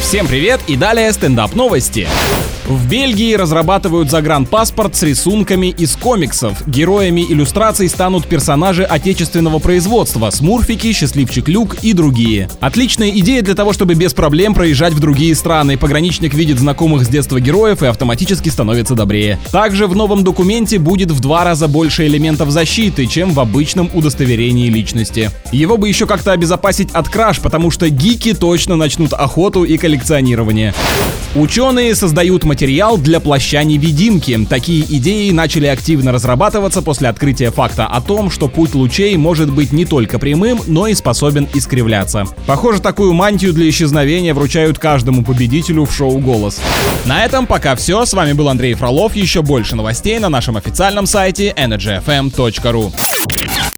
Всем привет и далее стендап новости. В Бельгии разрабатывают загранпаспорт с рисунками из комиксов. Героями иллюстраций станут персонажи отечественного производства: Смурфики, Счастливчик Люк и другие. Отличная идея для того, чтобы без проблем проезжать в другие страны. Пограничник видит знакомых с детства героев и автоматически становится добрее. Также в новом документе будет в 2 раза больше элементов защиты, чем в обычном удостоверении личности. Его бы еще как-то обезопасить от краж, потому что гики точно начнут охоту и коллекционирование. Ученые создают материал для плаща-невидимки. Такие идеи начали активно разрабатываться после открытия факта о том, что путь лучей может быть не только прямым, но и способен искривляться. Похоже, такую мантию для исчезновения вручают каждому победителю в шоу «Голос». На этом пока все. С вами был Андрей Фролов. Еще больше новостей на нашем официальном сайте energyfm.ru.